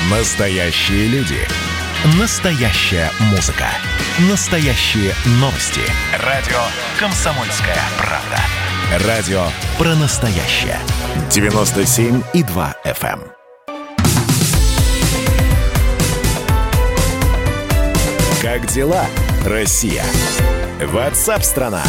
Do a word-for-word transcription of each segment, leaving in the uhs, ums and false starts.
Настоящие люди. Настоящая музыка. Настоящие новости. Радио «Комсомольская правда». Радио про настоящее. девяносто семь и два эф эм. Как дела, Россия? Ватсап-страна!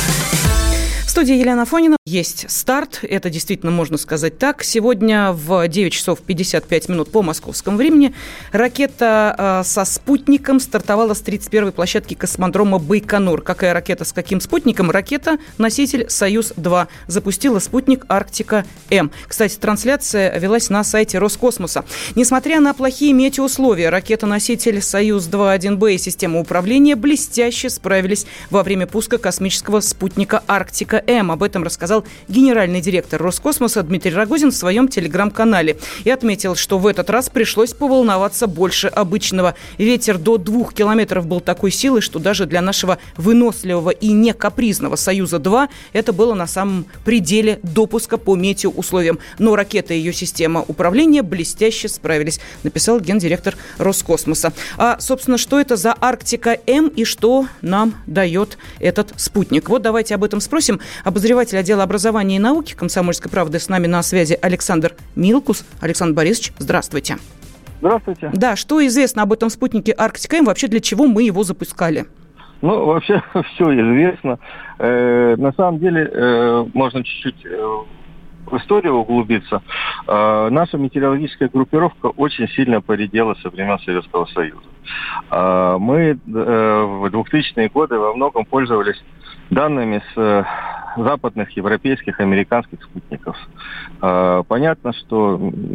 В студии Елена Афонина. Есть старт, это действительно можно сказать так. Сегодня в девять часов пятьдесят пять минут по московскому времени ракета э, со спутником стартовала с тридцать первой площадки космодрома Байконур. Какая ракета с каким спутником? Ракета-носитель «Союз-два» запустила спутник «Арктика-М». Кстати, трансляция велась на сайте Роскосмоса. Несмотря на плохие метеоусловия, ракета-носитель «Союз-два один Б» и система управления блестяще справились во время пуска космического спутника «Арктика-М». Об этом рассказал генеральный директор Роскосмоса Дмитрий Рогозин в своем телеграм-канале и отметил, что в этот раз пришлось поволноваться больше обычного. Ветер до двух километров был такой силы, что даже для нашего выносливого и не капризного «Союза-два» это было на самом пределе допуска по метеоусловиям. Но ракета и ее система управления блестяще справились, написал гендиректор Роскосмоса. А, собственно, что это за «Арктика-М» и что нам дает этот спутник? Вот давайте об этом спросим. Обозреватель отдела образования и науки «Комсомольской правды» с нами на связи Александр Милкус. Александр Борисович, здравствуйте. Здравствуйте. Да, что известно об этом спутнике «Арктика-М», вообще для чего мы его запускали? Ну, вообще все известно. Э, на самом деле, э, можно чуть-чуть э, в историю углубиться. Э, наша метеорологическая группировка очень сильно поредела со времен Советского Союза. Э, мы э, в двухтысячные годы во многом пользовались данными с э, западных, европейских, американских спутников. Э, понятно, что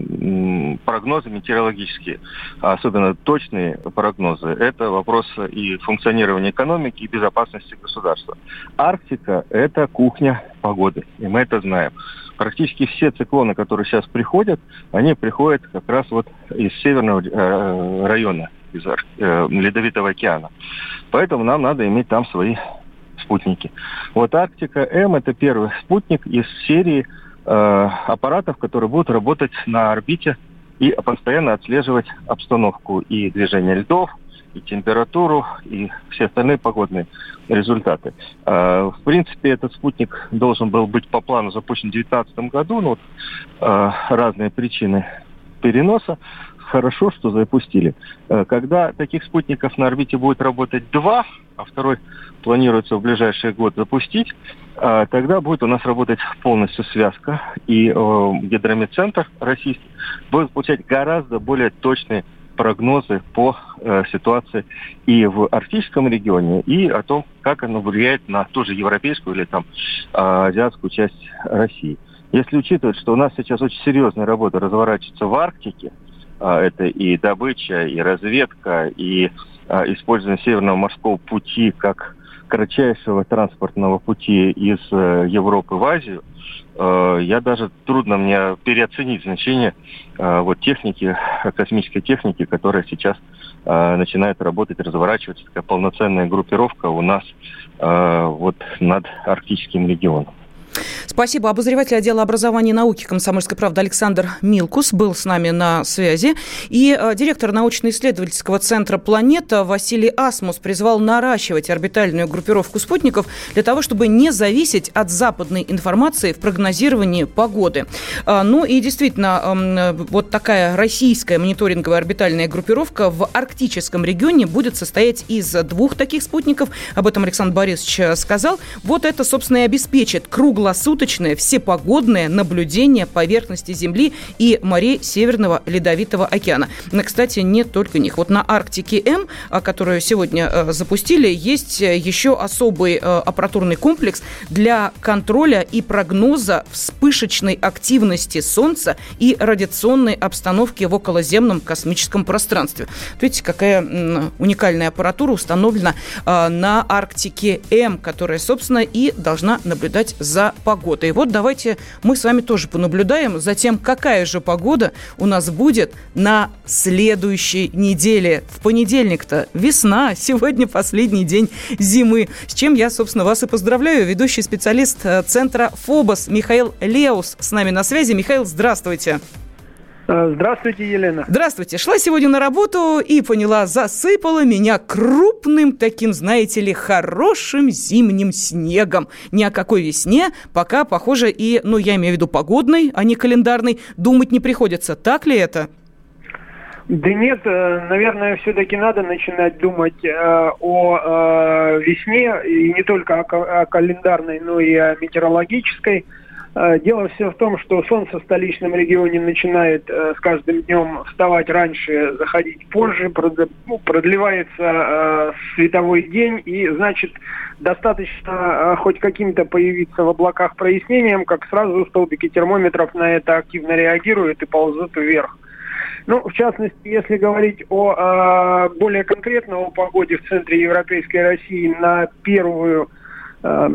м, прогнозы метеорологические, особенно точные прогнозы, это вопрос и функционирования экономики, и безопасности государства. Арктика – это кухня погоды, и мы это знаем. Практически все циклоны, которые сейчас приходят, они приходят как раз вот из северного э, района, из э, Ледовитого океана. Поэтому нам надо иметь там свои спутники. Вот «Арктика-М» — это первый спутник из серии э, аппаратов, которые будут работать на орбите и постоянно отслеживать обстановку и движение льдов, и температуру, и все остальные погодные результаты. Э, в принципе, этот спутник должен был быть по плану запущен в две тысячи девятнадцатом году, но вот, э, разные причины переноса. Хорошо, что запустили. Когда таких спутников на орбите будет работать два, а второй планируется в ближайший год запустить, тогда будет у нас работать полностью связка, и Гидрометцентр российский будет получать гораздо более точные прогнозы по ситуации и в арктическом регионе, и о том, как оно влияет на ту же европейскую или там азиатскую часть России. Если учитывать, что у нас сейчас очень серьезная работа разворачивается в Арктике, это и добыча, и разведка, и а, использование Северного морского пути как кратчайшего транспортного пути из а, Европы в Азию, а, я даже трудно мне переоценить значение а, вот техники, космической техники, которая сейчас а, начинает работать, разворачиваться, такая полноценная группировка у нас а, вот над арктическим регионом. Спасибо. Обозреватель отдела образования и науки «Комсомольской правды» Александр Милкус был с нами на связи. И э, директор научно-исследовательского центра «Планета» Василий Асмус призвал наращивать орбитальную группировку спутников для того, чтобы не зависеть от западной информации в прогнозировании погоды. Э, ну и действительно, э, вот такая российская мониторинговая орбитальная группировка в арктическом регионе будет состоять из двух таких спутников. Об этом Александр Борисович сказал. Вот это, собственно, и обеспечит круглосуточное всепогодное наблюдение поверхности Земли и морей Северного Ледовитого океана. Кстати, не только них. Вот на Арктике-М, которую сегодня э, запустили, есть еще особый э, аппаратурный комплекс для контроля и прогноза вспышечной активности Солнца и радиационной обстановки в околоземном космическом пространстве. Видите, какая м, уникальная аппаратура установлена э, на Арктике-М, которая, собственно, и должна наблюдать за погодой. И вот давайте мы с вами тоже понаблюдаем за тем, какая же погода у нас будет на следующей неделе. В понедельник-то весна, сегодня последний день зимы. С чем я, собственно, вас и поздравляю. Ведущий специалист центра «Фобос» Михаил Леус с нами на связи. Михаил, здравствуйте. Здравствуйте, Елена. Здравствуйте. Шла сегодня на работу и поняла, засыпала меня крупным таким, знаете ли, хорошим зимним снегом. Ни о какой весне пока, похоже, и, ну, я имею в виду погодной, а не календарной, думать не приходится. Так ли это? Да нет, наверное, все-таки надо начинать думать э, о э, весне, и не только о, о календарной, но и о метеорологической. Э, дело все в том, что солнце в столичном регионе начинает э, с каждым днем вставать раньше, заходить позже, прод, ну, продлевается э, световой день, и, значит, достаточно э, хоть каким-то появиться в облаках прояснением, как сразу столбики термометров на это активно реагируют и ползут вверх. Ну, в частности, если говорить о, о более конкретно о погоде в центре Европейской России на первую э,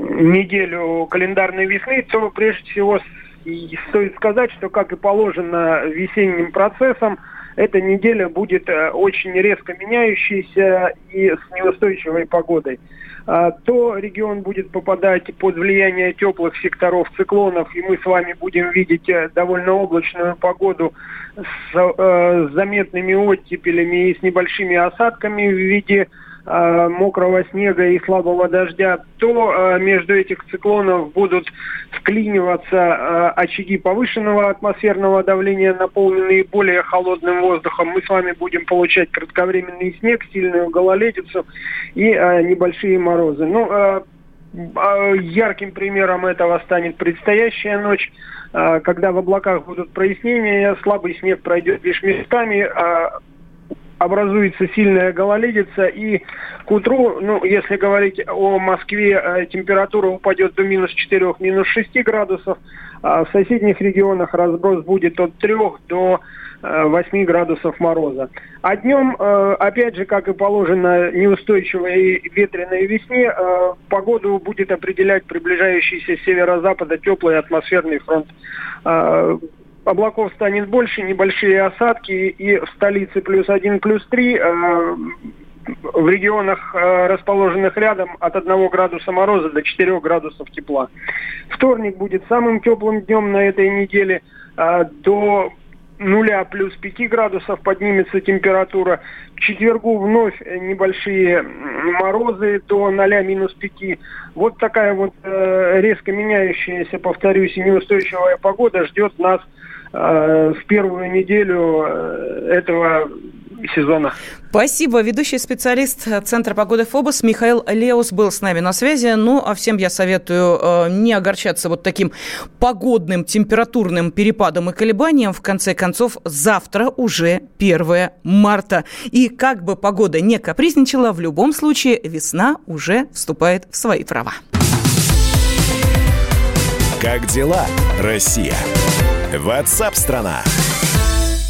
неделю календарной весны, то прежде всего стоит сказать, что, как и положено весенним процессам, эта неделя будет очень резко меняющейся и с неустойчивой погодой. То регион будет попадать под влияние теплых секторов циклонов, и мы с вами будем видеть довольно облачную погоду с э, заметными оттепелями и с небольшими осадками в виде э, мокрого снега и слабого дождя, то э, между этих циклонов будут вклиниваться э, очаги повышенного атмосферного давления, наполненные более холодным воздухом. Мы с вами будем получать кратковременный снег, сильную гололедицу и э, небольшие морозы. Ну, э, ярким примером этого станет предстоящая ночь, когда в облаках будут прояснения, слабый снег пройдет лишь местами, образуется сильная гололедица, и к утру, ну, если говорить о Москве, температура упадет до минус четырех, минус шести градусов, а в соседних регионах разброс будет от трех до восьми градусов мороза. А днем, опять же, как и положено неустойчивой ветреной весне, погоду будет определять приближающийся с северо-запада теплый атмосферный фронт. Облаков станет больше, небольшие осадки, и в столице плюс один, плюс три, в регионах, расположенных рядом, от одного градуса мороза до четырех градусов тепла. Вторник будет самым теплым днем на этой неделе, до нуля плюс пяти градусов поднимется температура. К четвергу вновь небольшие морозы до ноля минус пяти. Вот такая вот э, резко меняющаяся, повторюсь, и неустойчивая погода ждет нас э, в первую неделю э, этого сезона. Спасибо. Ведущий специалист Центра погоды ФОБОС Михаил Леус был с нами на связи. Ну, а всем я советую э, не огорчаться вот таким погодным, температурным перепадом и колебаниям. В конце концов, завтра уже первое марта. И как бы погода не капризничала, в любом случае весна уже вступает в свои права. Как дела, Россия? WhatsApp-страна.